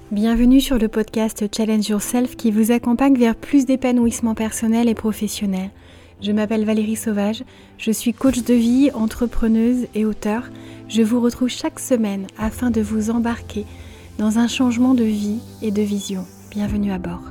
Bienvenue sur le podcast Challenge Yourself qui vous accompagne vers plus d'épanouissement personnel et professionnel. Je m'appelle Valérie Sauvage, je suis coach de vie, entrepreneuse et auteure. Je vous retrouve chaque semaine afin de vous embarquer dans un changement de vie et de vision. Bienvenue à bord.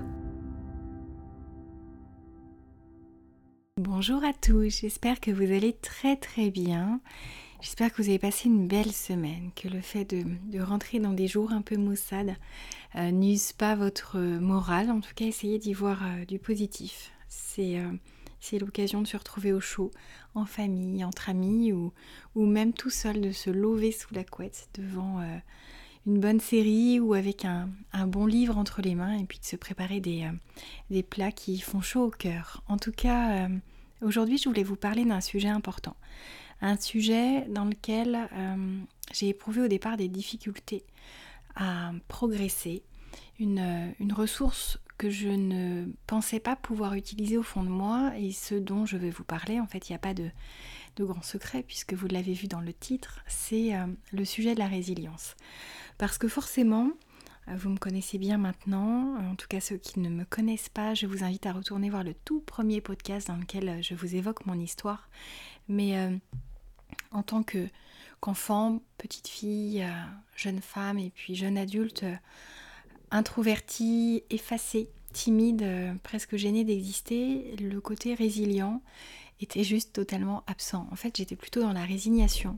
Bonjour à tous, j'espère que vous allez très très bien. J'espère que vous avez passé une belle semaine, que le fait de rentrer dans des jours un peu maussades n'use pas votre morale. En tout cas, essayez d'y voir du positif. C'est l'occasion de se retrouver au chaud, en famille, entre amis ou même tout seul, de se lever sous la couette devant une bonne série ou avec un bon livre entre les mains et puis de se préparer des plats qui font chaud au cœur. En tout cas, aujourd'hui, je voulais vous parler d'un sujet important. Un sujet dans lequel j'ai éprouvé au départ des difficultés à progresser, une ressource que je ne pensais pas pouvoir utiliser au fond de moi et ce dont je vais vous parler. En fait, il n'y a pas de grand secret puisque vous l'avez vu dans le titre, c'est le sujet de la résilience. Parce que forcément, vous me connaissez bien maintenant, en tout cas ceux qui ne me connaissent pas, je vous invite à retourner voir le tout premier podcast dans lequel je vous évoque mon histoire. Mais en tant qu'enfant, petite fille, jeune femme et puis jeune adulte, introvertie, effacée, timide, presque gênée d'exister, le côté résilient était juste totalement absent. En fait, j'étais plutôt dans la résignation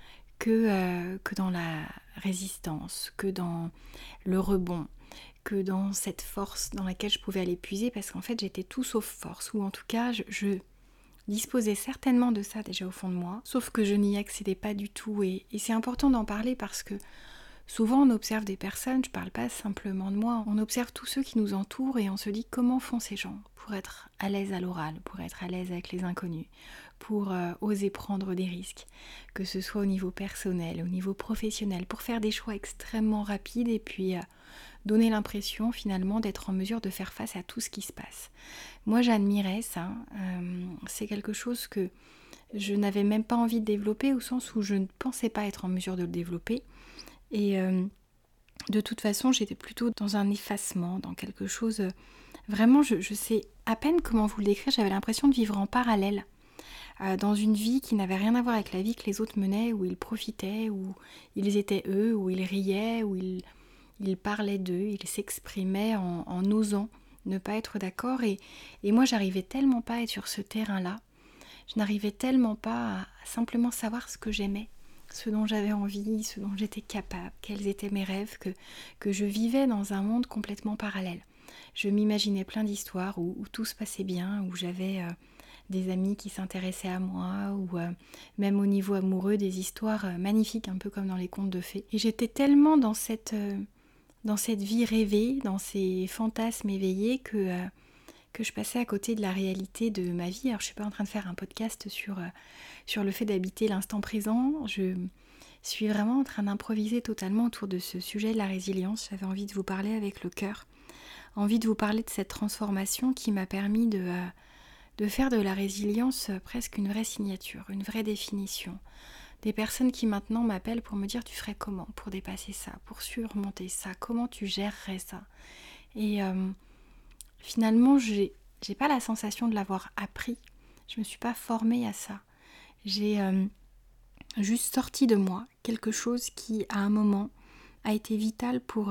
que dans la résistance, que dans le rebond, que dans cette force dans laquelle je pouvais aller puiser, parce qu'en fait, j'étais tout sauf force, ou en tout cas, je disposais certainement de ça déjà au fond de moi, sauf que je n'y accédais pas du tout, et c'est important d'en parler parce que souvent on observe des personnes, je parle pas simplement de moi, on observe tous ceux qui nous entourent et on se dit comment font ces gens pour être à l'aise à l'oral, pour être à l'aise avec les inconnus, pour oser prendre des risques, que ce soit au niveau personnel, au niveau professionnel, pour faire des choix extrêmement rapides et puis donner l'impression finalement d'être en mesure de faire face à tout ce qui se passe. Moi j'admirais ça, c'est quelque chose que je n'avais même pas envie de développer au sens où je ne pensais pas être en mesure de le développer. Et de toute façon, j'étais plutôt dans un effacement, dans quelque chose... vraiment, je sais à peine comment vous le décrire, j'avais l'impression de vivre en parallèle. Dans une vie qui n'avait rien à voir avec la vie que les autres menaient, où ils profitaient, où ils étaient eux, où ils riaient, où ils parlaient d'eux, ils s'exprimaient en osant ne pas être d'accord. Et moi, j'arrivais tellement pas à être sur ce terrain-là. Je n'arrivais tellement pas à simplement savoir ce que j'aimais, ce dont j'avais envie, ce dont j'étais capable, quels étaient mes rêves, que je vivais dans un monde complètement parallèle. Je m'imaginais plein d'histoires où tout se passait bien, où j'avais des amis qui s'intéressaient à moi, ou même au niveau amoureux, des histoires magnifiques, un peu comme dans les contes de fées. Et j'étais tellement dans cette vie rêvée, dans ces fantasmes éveillés que je passais à côté de la réalité de ma vie. Alors je suis pas en train de faire un podcast sur le fait d'habiter l'instant présent, je suis vraiment en train d'improviser totalement autour de ce sujet de la résilience. J'avais envie de vous parler avec le cœur, envie de vous parler de cette transformation qui m'a permis de faire de la résilience presque une vraie signature, une vraie définition. Des personnes qui maintenant m'appellent pour me dire tu ferais comment pour dépasser ça, pour surmonter ça, comment tu gérerais ça. Et finalement, j'ai pas la sensation de l'avoir appris. Je me suis pas formée à ça. J'ai juste sorti de moi quelque chose qui, à un moment, a été vital pour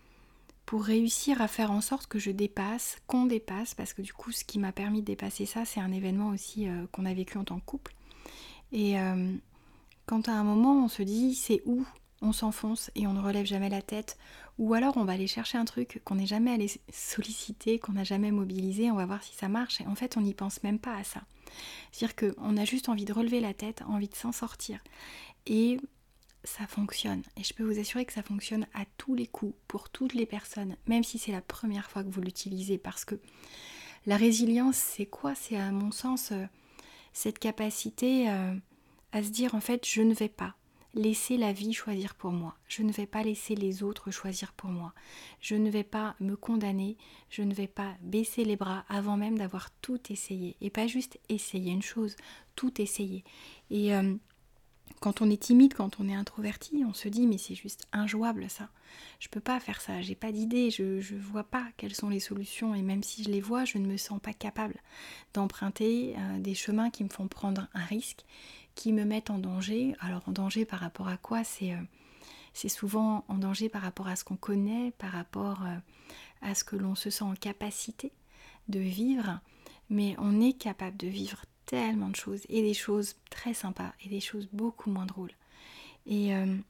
réussir à faire en sorte que je dépasse, qu'on dépasse, parce que du coup, ce qui m'a permis de dépasser ça, c'est un événement aussi qu'on a vécu en tant que couple. Et quand à un moment, on se dit, c'est où on s'enfonce et on ne relève jamais la tête, ou alors on va aller chercher un truc qu'on n'est jamais allé solliciter, qu'on n'a jamais mobilisé, on va voir si ça marche, et en fait on n'y pense même pas à ça. C'est-à-dire qu'on a juste envie de relever la tête, envie de s'en sortir, et ça fonctionne. Et je peux vous assurer que ça fonctionne à tous les coups, pour toutes les personnes, même si c'est la première fois que vous l'utilisez, parce que la résilience, c'est quoi ? C'est à mon sens cette capacité à se dire en fait je ne vais pas laisser la vie choisir pour moi. Je ne vais pas laisser les autres choisir pour moi. Je ne vais pas me condamner. Je ne vais pas baisser les bras avant même d'avoir tout essayé. Et pas juste essayer une chose, tout essayer. Et Quand on est timide, quand on est introverti, on se dit mais c'est juste injouable ça. Je peux pas faire ça, j'ai pas d'idée, je vois pas quelles sont les solutions et même si je les vois, je ne me sens pas capable d'emprunter des chemins qui me font prendre un risque, qui me mettent en danger. Alors en danger par rapport à quoi? C'est souvent en danger par rapport à ce qu'on connaît, par rapport à ce que l'on se sent en capacité de vivre, mais on est capable de vivre tellement de choses, et des choses très sympas, et des choses beaucoup moins drôles. Et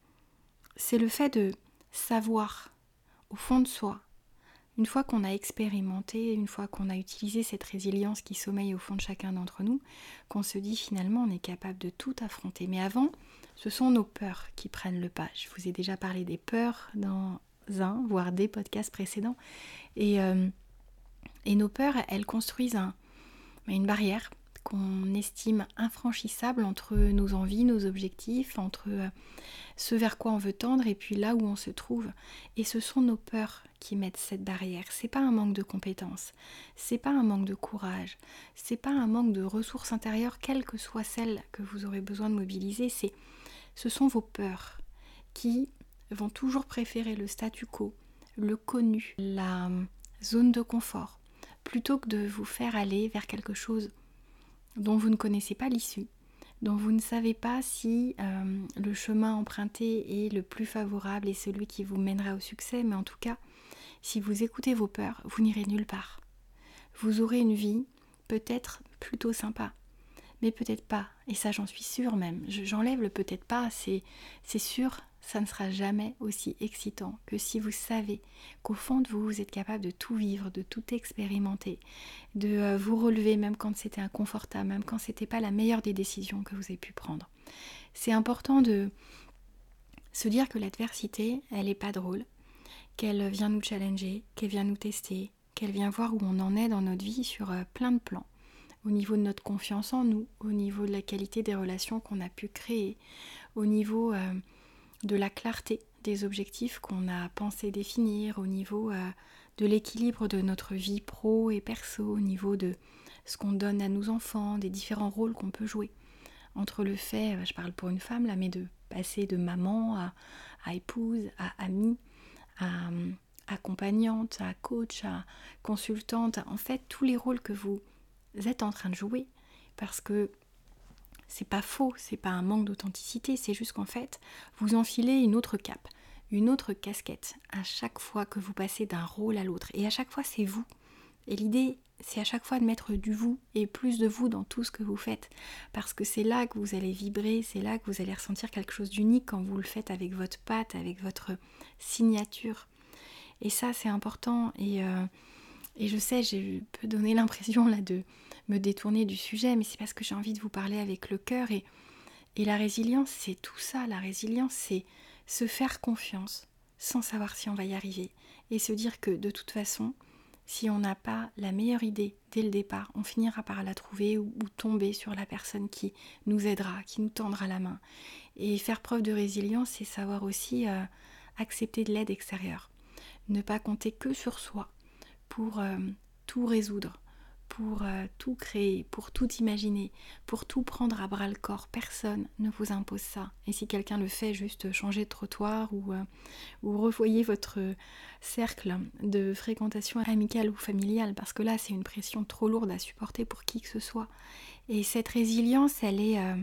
c'est le fait de savoir, au fond de soi, une fois qu'on a expérimenté, une fois qu'on a utilisé cette résilience qui sommeille au fond de chacun d'entre nous, qu'on se dit finalement on est capable de tout affronter. Mais avant, ce sont nos peurs qui prennent le pas. Je vous ai déjà parlé des peurs dans un, voire des podcasts précédents. Et nos peurs, elles construisent une barrière qu'on estime infranchissable entre nos envies, nos objectifs, entre ce vers quoi on veut tendre et puis là où on se trouve. Et ce sont nos peurs qui mettent cette barrière. C'est pas un manque de compétences, c'est pas un manque de courage, c'est pas un manque de ressources intérieures, quelles que soient celles que vous aurez besoin de mobiliser, ce sont vos peurs qui vont toujours préférer le statu quo, le connu, la zone de confort, plutôt que de vous faire aller vers quelque chose dont vous ne connaissez pas l'issue, dont vous ne savez pas si le chemin emprunté est le plus favorable et celui qui vous mènera au succès, mais en tout cas, si vous écoutez vos peurs, vous n'irez nulle part. Vous aurez une vie peut-être plutôt sympa, mais peut-être pas, et ça j'en suis sûre même, j'enlève le peut-être pas, c'est sûr, ça ne sera jamais aussi excitant que si vous savez qu'au fond de vous, vous êtes capable de tout vivre, de tout expérimenter, de vous relever même quand c'était inconfortable, même quand c'était pas la meilleure des décisions que vous avez pu prendre. C'est important de se dire que l'adversité, elle est pas drôle, qu'elle vient nous challenger, qu'elle vient nous tester, qu'elle vient voir où on en est dans notre vie sur plein de plans. Au niveau de notre confiance en nous, au niveau de la qualité des relations qu'on a pu créer, au niveau de la clarté des objectifs qu'on a pensé définir, au niveau de l'équilibre de notre vie pro et perso, au niveau de ce qu'on donne à nos enfants, des différents rôles qu'on peut jouer. Entre le fait, je parle pour une femme là, mais de passer de maman à épouse, à amie, à accompagnante, à coach, à consultante, en fait tous les rôles que vous êtes en train de jouer, parce que c'est pas faux, c'est pas un manque d'authenticité, c'est juste qu'en fait, vous enfilez une autre cape, une autre casquette à chaque fois que vous passez d'un rôle à l'autre. Et à chaque fois, c'est vous. Et l'idée, c'est à chaque fois de mettre du vous et plus de vous dans tout ce que vous faites. Parce que c'est là que vous allez vibrer, c'est là que vous allez ressentir quelque chose d'unique quand vous le faites avec votre patte, avec votre signature. Et ça, c'est important. Et je sais, je peux donner l'impression là de me détourner du sujet, mais c'est parce que j'ai envie de vous parler avec le cœur. Et la résilience, c'est tout ça. La résilience, c'est se faire confiance sans savoir si on va y arriver. Et se dire que de toute façon, si on n'a pas la meilleure idée dès le départ, on finira par la trouver ou tomber sur la personne qui nous aidera, qui nous tendra la main. Et faire preuve de résilience, c'est savoir aussi accepter de l'aide extérieure. Ne pas compter que sur soi pour tout résoudre, pour tout créer, pour tout imaginer, pour tout prendre à bras le corps. Personne ne vous impose ça. Et si quelqu'un le fait, juste changer de trottoir ou revoyez votre cercle de fréquentation amicale ou familiale, parce que là, c'est une pression trop lourde à supporter pour qui que ce soit. Et cette résilience, elle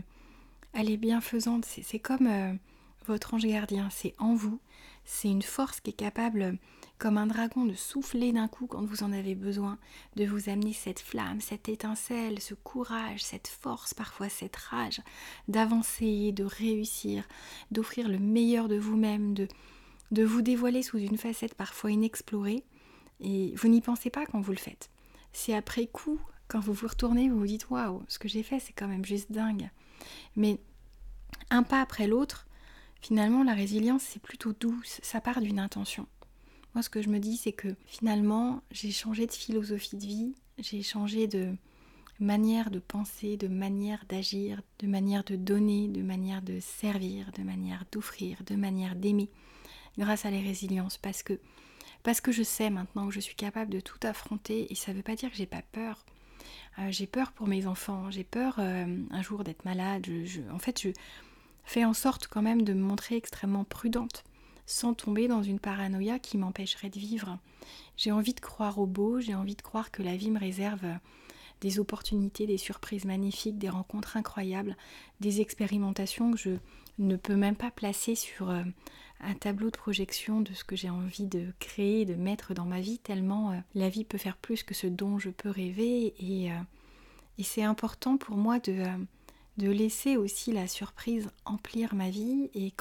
est bienfaisante. C'est comme votre ange gardien, c'est en vous. C'est une force qui est capable, comme un dragon, de souffler d'un coup quand vous en avez besoin, de vous amener cette flamme, cette étincelle, ce courage, cette force, parfois cette rage, d'avancer, de réussir, d'offrir le meilleur de vous-même, de vous dévoiler sous une facette parfois inexplorée. Et vous n'y pensez pas quand vous le faites. C'est après coup, quand vous vous retournez, vous vous dites « Waouh, ce que j'ai fait, c'est quand même juste dingue ». Mais un pas après l'autre, finalement, la résilience, c'est plutôt douce, ça part d'une intention. Moi, ce que je me dis, c'est que finalement, j'ai changé de philosophie de vie, j'ai changé de manière de penser, de manière d'agir, de manière de donner, de manière de servir, de manière d'offrir, de manière d'aimer, grâce à la résilience, parce que je sais maintenant que je suis capable de tout affronter, et ça ne veut pas dire que j'ai pas peur. J'ai peur pour mes enfants, j'ai peur un jour d'être malade, fait en sorte quand même de me montrer extrêmement prudente, sans tomber dans une paranoïa qui m'empêcherait de vivre. J'ai envie de croire au beau, j'ai envie de croire que la vie me réserve des opportunités, des surprises magnifiques, des rencontres incroyables, des expérimentations que je ne peux même pas placer sur un tableau de projection de ce que j'ai envie de créer, de mettre dans ma vie, tellement la vie peut faire plus que ce dont je peux rêver. Et c'est important pour moi de laisser aussi la surprise emplir ma vie. Et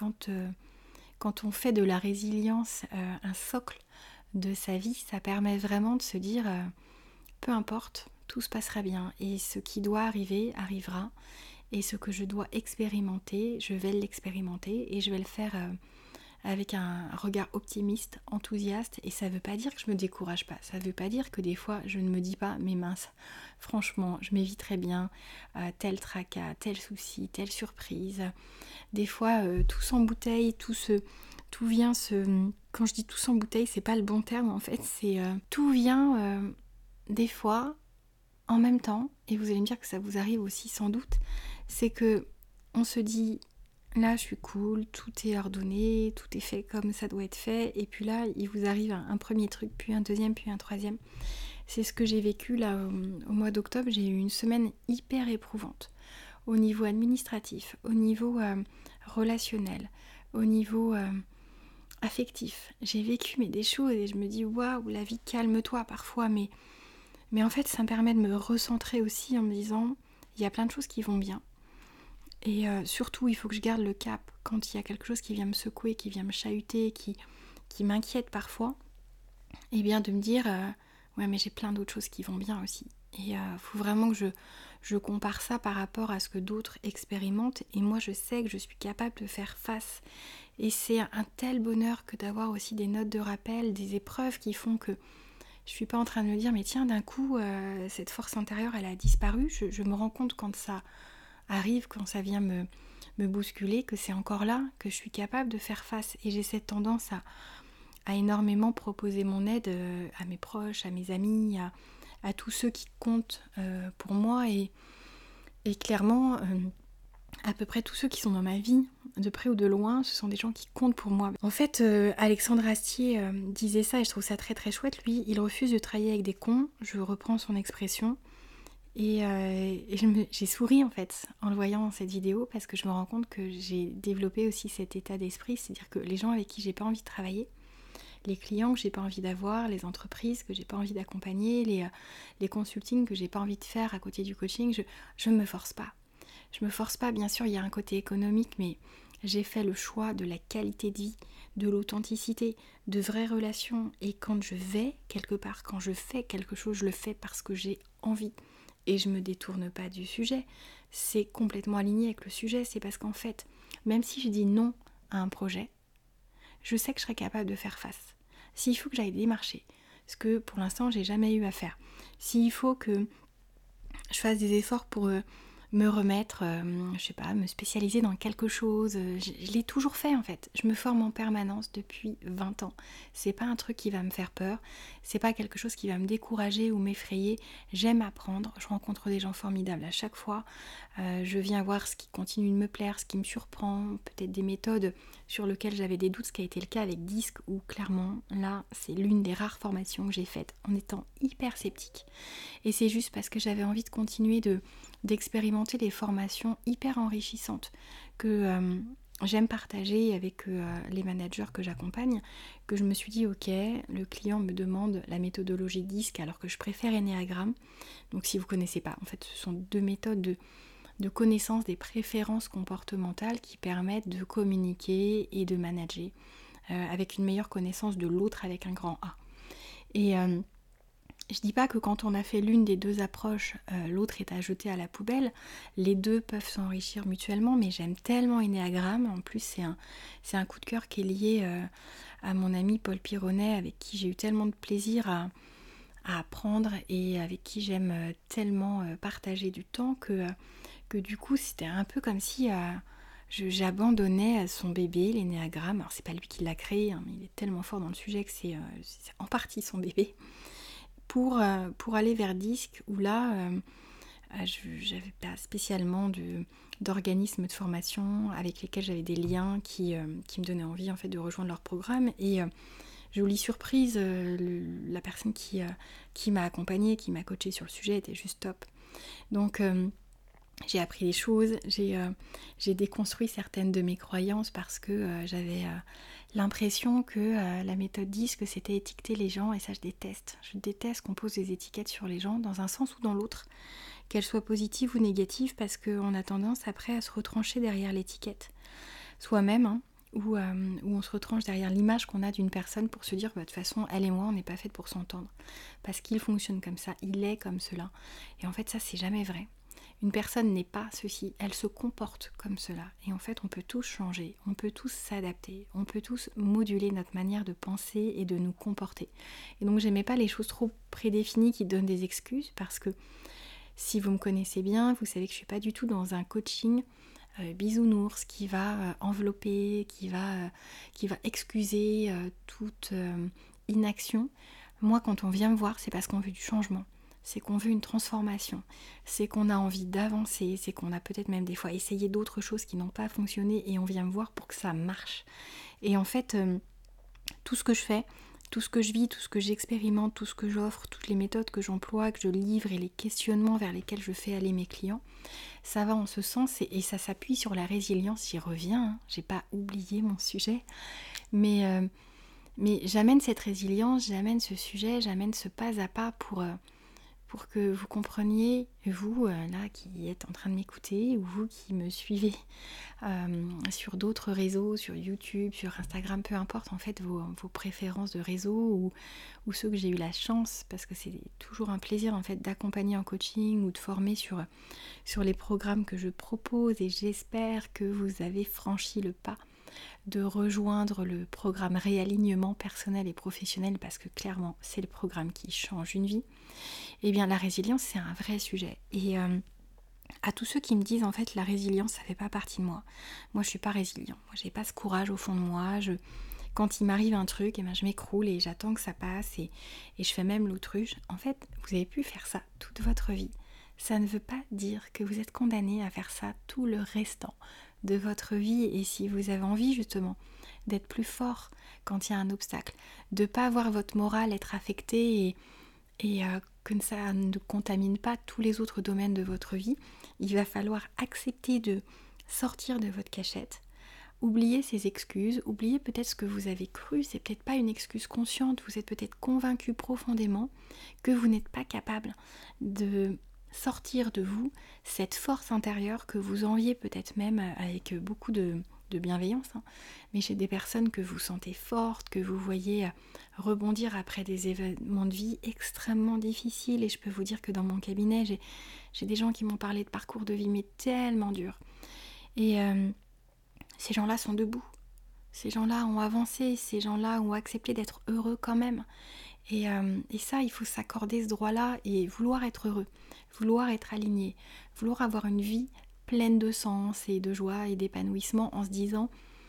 quand on fait de la résilience un socle de sa vie, ça permet vraiment de se dire peu importe, tout se passera bien et ce qui doit arriver arrivera et ce que je dois expérimenter, je vais l'expérimenter et je vais le faire avec un regard optimiste, enthousiaste, et ça veut pas dire que je me décourage pas, ça veut pas dire que des fois je ne me dis pas mais mince, franchement je m'éviterais bien tel tracas, tel souci, telle surprise. Des fois tout s'embouteille, tout vient se... Quand je dis tout s'embouteille, c'est pas le bon terme en fait, c'est tout vient des fois en même temps, et vous allez me dire que ça vous arrive aussi sans doute, c'est que on se dit là je suis cool, tout est ordonné, tout est fait comme ça doit être fait, et puis là il vous arrive un premier truc, puis un deuxième, puis un troisième. C'est ce que j'ai vécu là au mois d'octobre. J'ai eu une semaine hyper éprouvante au niveau administratif, au niveau relationnel, au niveau affectif. J'ai vécu des choses et je me dis waouh, la vie, calme-toi parfois, mais en fait ça me permet de me recentrer aussi en me disant il y a plein de choses qui vont bien. Et surtout, il faut que je garde le cap quand il y a quelque chose qui vient me secouer, qui vient me chahuter, qui m'inquiète parfois. Et bien de me dire, ouais mais j'ai plein d'autres choses qui vont bien aussi. Et faut vraiment que je compare ça par rapport à ce que d'autres expérimentent. Et moi je sais que je suis capable de faire face. Et c'est un tel bonheur que d'avoir aussi des notes de rappel, des épreuves qui font que je suis pas en train de me dire mais tiens d'un coup cette force intérieure elle a disparu. Je me rends compte quand ça arrive, quand ça vient me bousculer, que c'est encore là, que je suis capable de faire face. Et j'ai cette tendance à énormément proposer mon aide à mes proches, à mes amis, à tous ceux qui comptent pour moi. Et clairement, à peu près tous ceux qui sont dans ma vie, de près ou de loin, ce sont des gens qui comptent pour moi. En fait, Alexandre Astier disait ça et je trouve ça très très chouette. Lui, il refuse de travailler avec des cons, je reprends son expression. Et j'ai souri en fait en le voyant dans cette vidéo parce que je me rends compte que j'ai développé aussi cet état d'esprit, c'est-à-dire que les gens avec qui j'ai pas envie de travailler, les clients que j'ai pas envie d'avoir, les entreprises que j'ai pas envie d'accompagner, les consultings que j'ai pas envie de faire à côté du coaching, je me force pas. Je me force pas, bien sûr il y a un côté économique, mais j'ai fait le choix de la qualité de vie, de l'authenticité, de vraies relations. Et quand je vais quelque part, quand je fais quelque chose, je le fais parce que j'ai envie. Et je me détourne pas du sujet, c'est complètement aligné avec le sujet, c'est parce qu'en fait, même si je dis non à un projet, je sais que je serai capable de faire face. S'il faut que j'aille démarcher, ce que pour l'instant j'ai jamais eu à faire, s'il faut que je fasse des efforts pour me remettre, je sais pas, me spécialiser dans quelque chose. Je l'ai toujours fait en fait. Je me forme en permanence depuis 20 ans. C'est pas un truc qui va me faire peur. C'est pas quelque chose qui va me décourager ou m'effrayer. J'aime apprendre. Je rencontre des gens formidables à chaque fois. Je viens voir ce qui continue de me plaire, ce qui me surprend, peut-être des méthodes sur lesquelles j'avais des doutes, ce qui a été le cas avec Disque, où clairement, là, c'est l'une des rares formations que j'ai faites en étant hyper sceptique. Et c'est juste parce que j'avais envie de continuer d'expérimenter des formations hyper enrichissantes que j'aime partager avec les managers que j'accompagne, que je me suis dit ok, le client me demande la méthodologie Disque alors que je préfère Ennéagramme. Donc si vous ne connaissez pas, en fait ce sont deux méthodes de connaissance des préférences comportementales qui permettent de communiquer et de manager avec une meilleure connaissance de l'autre avec un grand A. Et je dis pas que quand on a fait l'une des deux approches, l'autre est à jeter à la poubelle. Les deux peuvent s'enrichir mutuellement, mais j'aime tellement Ennéagramme. En plus, c'est un coup de cœur qui est lié à mon ami Paul Pironnet, avec qui j'ai eu tellement de plaisir à apprendre et avec qui j'aime tellement partager du temps que du coup, c'était un peu comme si j'abandonnais son bébé, l'Ennéagramme. Alors, c'est pas lui qui l'a créé, hein, mais il est tellement fort dans le sujet que c'est en partie son bébé. Pour aller vers Disque où là j'avais pas spécialement d'organismes de formation avec lesquels j'avais des liens qui me donnaient envie en fait de rejoindre leur programme. Et jolie surprise, la personne qui m'a accompagnée, qui m'a coachée sur le sujet était juste top. Donc j'ai appris des choses, j'ai déconstruit certaines de mes croyances parce que j'avais l'impression que la méthode 10, que c'était étiqueter les gens, et ça je déteste. Je déteste qu'on pose des étiquettes sur les gens dans un sens ou dans l'autre, qu'elles soient positives ou négatives, parce qu'on a tendance après à se retrancher derrière l'étiquette. Soi-même, hein, où on se retranche derrière l'image qu'on a d'une personne pour se dire, bah, de toute façon, elle et moi, on n'est pas faites pour s'entendre. Parce qu'il fonctionne comme ça, il est comme cela. Et en fait, ça, c'est jamais vrai. Une personne n'est pas ceci, elle se comporte comme cela. Et en fait, on peut tous changer, on peut tous s'adapter, on peut tous moduler notre manière de penser et de nous comporter. Et donc, j'aimais pas les choses trop prédéfinies qui donnent des excuses, parce que si vous me connaissez bien, vous savez que je suis pas du tout dans un coaching bisounours qui va envelopper, qui va excuser toute inaction. Moi, quand on vient me voir, c'est parce qu'on veut du changement. C'est qu'on veut une transformation, c'est qu'on a envie d'avancer, c'est qu'on a peut-être même des fois essayé d'autres choses qui n'ont pas fonctionné et on vient me voir pour que ça marche. Et en fait, tout ce que je fais, tout ce que je vis, tout ce que j'expérimente, tout ce que j'offre, toutes les méthodes que j'emploie, que je livre et les questionnements vers lesquels je fais aller mes clients, ça va en ce sens et ça s'appuie sur la résilience, j'y reviens, hein. J'ai pas oublié mon sujet, mais j'amène cette résilience, j'amène ce sujet, j'amène ce pas à pas pour que vous compreniez, vous là qui êtes en train de m'écouter, ou vous qui me suivez sur d'autres réseaux, sur YouTube, sur Instagram, peu importe en fait vos préférences de réseau, ou ceux que j'ai eu la chance, parce que c'est toujours un plaisir en fait d'accompagner en coaching ou de former sur les programmes que je propose, et j'espère que vous avez franchi le pas de rejoindre le programme réalignement personnel et professionnel, parce que clairement c'est le programme qui change une vie. Eh bien la résilience, c'est un vrai sujet. Et à tous ceux qui me disent en fait la résilience ça fait pas partie de moi, je suis pas résilient, moi j'ai pas ce courage au fond de moi, quand il m'arrive un truc, eh ben, je m'écroule et j'attends que ça passe, et je fais même l'autruche. En fait, vous avez pu faire ça toute votre vie. Ça ne veut pas dire que vous êtes condamné à faire ça tout le restant de votre vie. Et si vous avez envie justement d'être plus fort quand il y a un obstacle, de ne pas voir votre morale être affectée et que ça ne contamine pas tous les autres domaines de votre vie, il va falloir accepter de sortir de votre cachette, oublier ces excuses, oublier peut-être ce que vous avez cru, c'est peut-être pas une excuse consciente, vous êtes peut-être convaincu profondément que vous n'êtes pas capable de sortir de vous cette force intérieure que vous enviez peut-être même avec beaucoup de bienveillance, hein, mais chez des personnes que vous sentez fortes, que vous voyez rebondir après des événements de vie extrêmement difficiles. Et je peux vous dire que dans mon cabinet, j'ai des gens qui m'ont parlé de parcours de vie mais tellement durs. Et ces gens-là sont debout. Ces gens-là ont avancé, ces gens-là ont accepté d'être heureux quand même. Et ça, il faut s'accorder ce droit-là et vouloir être heureux, vouloir être aligné, vouloir avoir une vie pleine de sens et de joie et d'épanouissement en se disant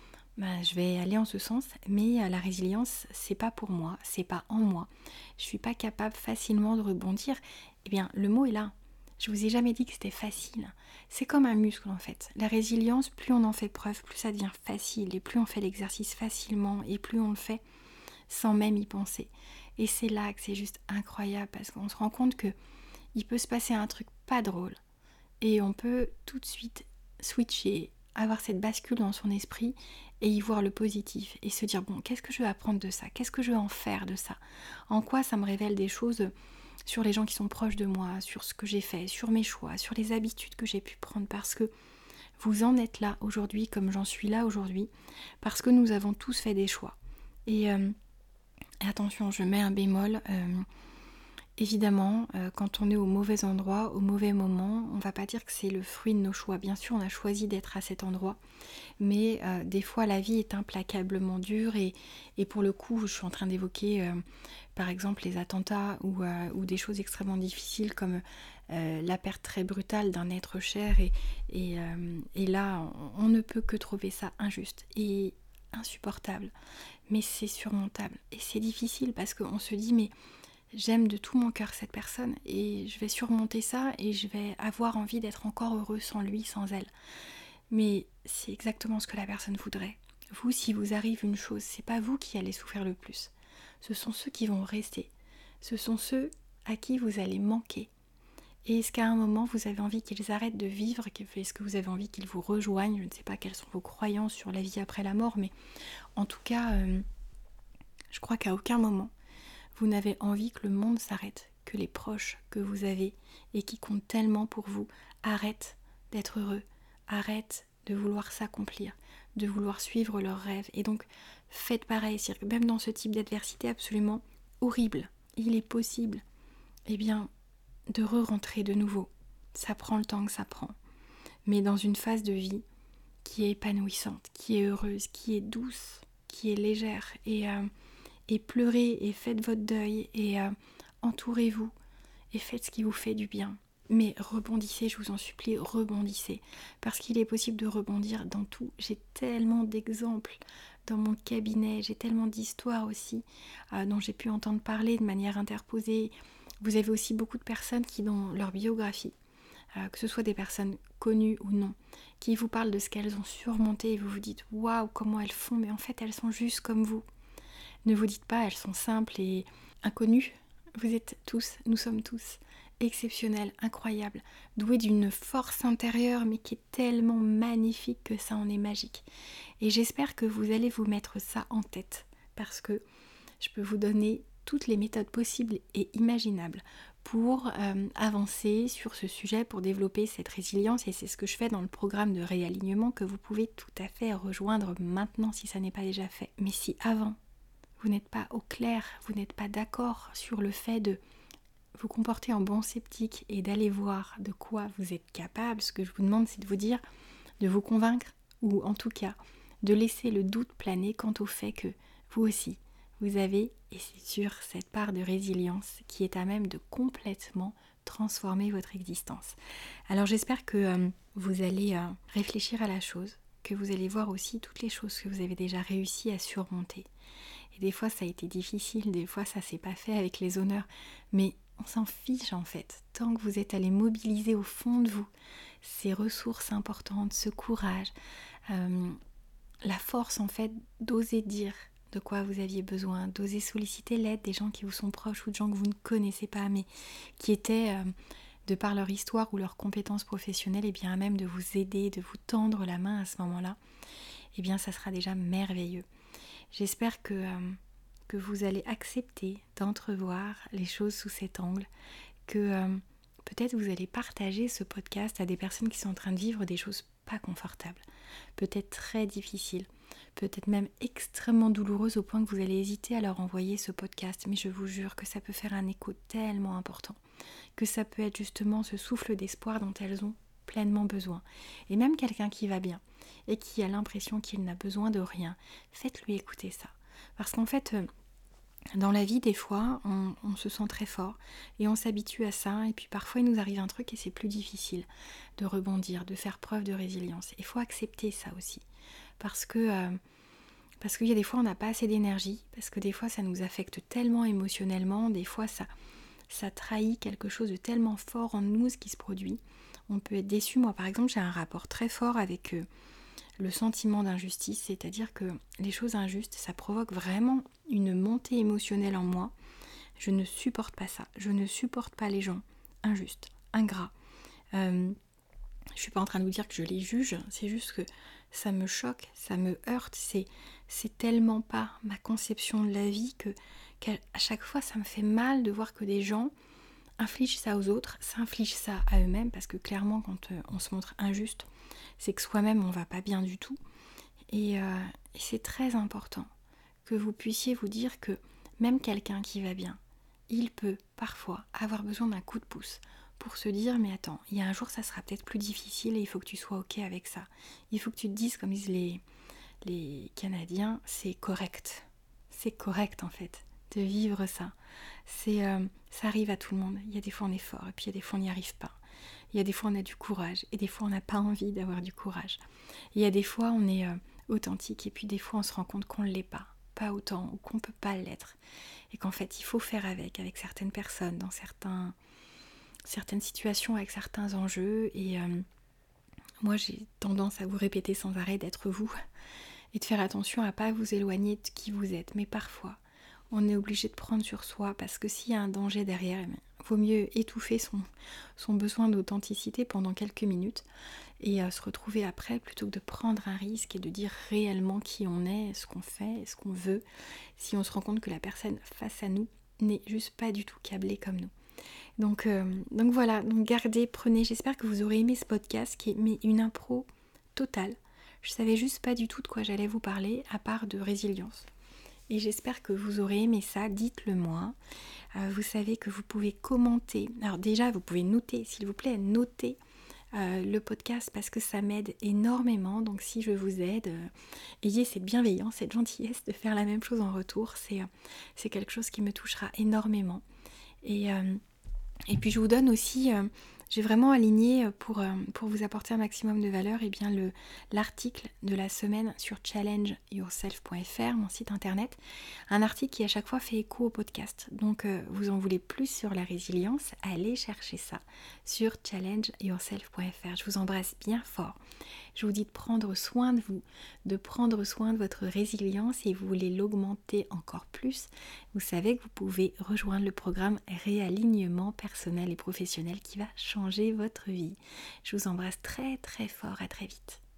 je vais aller en ce sens, mais la résilience, c'est pas pour moi, c'est pas en moi. Je suis pas capable facilement de rebondir. Eh bien, le mot est là. Je vous ai jamais dit que c'était facile. C'est comme un muscle en fait. La résilience, plus on en fait preuve, plus ça devient facile, et plus on fait l'exercice facilement, et plus on le fait sans même y penser. Et c'est là que c'est juste incroyable, parce qu'on se rend compte que il peut se passer un truc pas drôle et on peut tout de suite switcher, avoir cette bascule dans son esprit et y voir le positif et se dire bon, qu'est-ce que je veux apprendre de ça, qu'est-ce que je veux en faire de ça, en quoi ça me révèle des choses sur les gens qui sont proches de moi, sur ce que j'ai fait, sur mes choix, sur les habitudes que j'ai pu prendre, parce que vous en êtes là aujourd'hui comme j'en suis là aujourd'hui, parce que nous avons tous fait des choix. Et attention, je mets un bémol, évidemment, quand on est au mauvais endroit, au mauvais moment, on va pas dire que c'est le fruit de nos choix. Bien sûr, on a choisi d'être à cet endroit, mais des fois la vie est implacablement dure, et pour le coup, je suis en train d'évoquer par exemple les attentats ou des choses extrêmement difficiles comme la perte très brutale d'un être cher, et là, on ne peut que trouver ça injuste et insupportable, mais c'est surmontable et c'est difficile parce qu'on se dit mais j'aime de tout mon cœur cette personne et je vais surmonter ça et je vais avoir envie d'être encore heureux sans lui, sans elle. Mais c'est exactement ce que la personne voudrait. Vous, si vous arrive une chose, c'est pas vous qui allez souffrir le plus. Ce sont ceux qui vont rester. Ce sont ceux à qui vous allez manquer. Et est-ce qu'à un moment, vous avez envie qu'ils arrêtent de vivre? Est-ce que vous avez envie qu'ils vous rejoignent? Je ne sais pas quelles sont vos croyances sur la vie après la mort, mais en tout cas, je crois qu'à aucun moment, vous n'avez envie que le monde s'arrête, que les proches que vous avez et qui comptent tellement pour vous arrêtent d'être heureux, arrêtent de vouloir s'accomplir, de vouloir suivre leurs rêves. Et donc, faites pareil, c'est-à-dire que même dans ce type d'adversité absolument horrible, il est possible, eh bien, de re-rentrer de nouveau. Ça prend le temps que ça prend. Mais dans une phase de vie qui est épanouissante, qui est heureuse, qui est douce, qui est légère. Et pleurez et faites votre deuil et entourez-vous et faites ce qui vous fait du bien. Mais rebondissez, je vous en supplie, rebondissez. Parce qu'il est possible de rebondir dans tout. J'ai tellement d'exemples dans mon cabinet, j'ai tellement d'histoires aussi dont j'ai pu entendre parler de manière interposée. Vous avez aussi beaucoup de personnes qui, dans leur biographie, que ce soit des personnes connues ou non, qui vous parlent de ce qu'elles ont surmonté et vous vous dites « Waouh, comment elles font ?» Mais en fait, elles sont juste comme vous. Ne vous dites pas, elles sont simples et inconnues. Vous êtes tous, nous sommes tous exceptionnels, incroyables, doués d'une force intérieure, mais qui est tellement magnifique que ça en est magique. Et j'espère que vous allez vous mettre ça en tête, parce que je peux vous donner toutes les méthodes possibles et imaginables pour avancer sur ce sujet, pour développer cette résilience, et c'est ce que je fais dans le programme de réalignement que vous pouvez tout à fait rejoindre maintenant si ça n'est pas déjà fait. Mais si avant, vous n'êtes pas au clair, vous n'êtes pas d'accord sur le fait de vous comporter en bon sceptique et d'aller voir de quoi vous êtes capable, ce que je vous demande, c'est de vous dire, de vous convaincre, ou en tout cas, de laisser le doute planer quant au fait que vous aussi, vous avez, et c'est sûr, cette part de résilience qui est à même de complètement transformer votre existence. Alors j'espère que vous allez réfléchir à la chose, que vous allez voir aussi toutes les choses que vous avez déjà réussi à surmonter. Et des fois ça a été difficile, des fois ça s'est pas fait avec les honneurs, mais on s'en fiche en fait. Tant que vous êtes allé mobiliser au fond de vous ces ressources importantes, ce courage, la force en fait d'oser dire de quoi vous aviez besoin, d'oser solliciter l'aide des gens qui vous sont proches ou de gens que vous ne connaissez pas, mais qui étaient, de par leur histoire ou leurs compétences professionnelles, et bien à même de vous aider, de vous tendre la main à ce moment-là, et bien ça sera déjà merveilleux. J'espère que vous allez accepter d'entrevoir les choses sous cet angle, que peut-être vous allez partager ce podcast à des personnes qui sont en train de vivre des choses pas confortables, peut-être très difficiles, peut-être même extrêmement douloureuses au point que vous allez hésiter à leur envoyer ce podcast, mais je vous jure que ça peut faire un écho tellement important, que ça peut être justement ce souffle d'espoir dont elles ont pleinement besoin. Et même quelqu'un qui va bien et qui a l'impression qu'il n'a besoin de rien, faites-lui écouter ça. Parce qu'en fait, dans la vie, des fois, on se sent très fort et on s'habitue à ça, et puis parfois il nous arrive un truc et c'est plus difficile de rebondir, de faire preuve de résilience. Il faut accepter ça aussi, parce qu'il y a des fois on n'a pas assez d'énergie, parce que des fois ça nous affecte tellement émotionnellement, des fois ça trahit quelque chose de tellement fort en nous, ce qui se produit. On peut être déçu. Moi par exemple, j'ai un rapport très fort avec le sentiment d'injustice, c'est-à-dire que les choses injustes, ça provoque vraiment une montée émotionnelle en moi. Je ne supporte pas ça, je ne supporte pas les gens injustes, ingrats. Je suis pas en train de vous dire que je les juge, c'est juste que ça me choque, ça me heurte, c'est tellement pas ma conception de la vie qu'à chaque fois ça me fait mal de voir que des gens infligent ça aux autres, s'infligent ça à eux-mêmes, parce que clairement quand on se montre injuste, c'est que soi-même on va pas bien du tout. Et c'est très important que vous puissiez vous dire que même quelqu'un qui va bien, il peut parfois avoir besoin d'un coup de pouce pour se dire mais attends, il y a un jour ça sera peut-être plus difficile et il faut que tu sois ok avec ça. Il faut que tu te dises, comme disent les Canadiens, c'est correct. C'est correct en fait de vivre ça. Ça arrive à tout le monde. Il y a des fois on est fort et puis il y a des fois on n'y arrive pas. Il y a des fois on a du courage et des fois on n'a pas envie d'avoir du courage. Il y a des fois on est authentique et puis des fois on se rend compte qu'on ne l'est pas. pas autant ou qu'on peut pas l'être. Et qu'en fait, il faut faire avec certaines personnes, dans certaines situations, avec certains enjeux. Et moi, j'ai tendance à vous répéter sans arrêt d'être vous et de faire attention à pas vous éloigner de qui vous êtes. Mais parfois, on est obligé de prendre sur soi parce que s'il y a un danger derrière, il vaut mieux étouffer son besoin d'authenticité pendant quelques minutes et se retrouver après plutôt que de prendre un risque et de dire réellement qui on est, ce qu'on fait, ce qu'on veut, si on se rend compte que la personne face à nous n'est juste pas du tout câblée comme nous. Donc voilà, donc gardez, prenez, j'espère que vous aurez aimé ce podcast qui est une impro totale. Je savais juste pas du tout de quoi j'allais vous parler à part de résilience. Et j'espère que vous aurez aimé ça, dites-le moi. Vous savez que vous pouvez commenter. Alors déjà, vous pouvez noter, s'il vous plaît, notez le podcast parce que ça m'aide énormément. Donc si je vous aide, ayez cette bienveillance, cette gentillesse de faire la même chose en retour. C'est quelque chose qui me touchera énormément. Et puis je vous donne aussi, j'ai vraiment aligné pour vous apporter un maximum de valeur, et bien l'article de la semaine sur challengeyourself.fr, mon site internet, un article qui à chaque fois fait écho au podcast. Donc vous en voulez plus sur la résilience, allez chercher ça sur challengeyourself.fr. Je vous embrasse bien fort. Je vous dis de prendre soin de vous, de prendre soin de votre résilience, et vous voulez l'augmenter encore plus. Vous savez que vous pouvez rejoindre le programme Réalignement personnel et professionnel qui va changer votre vie. Je vous embrasse très très fort, à très vite.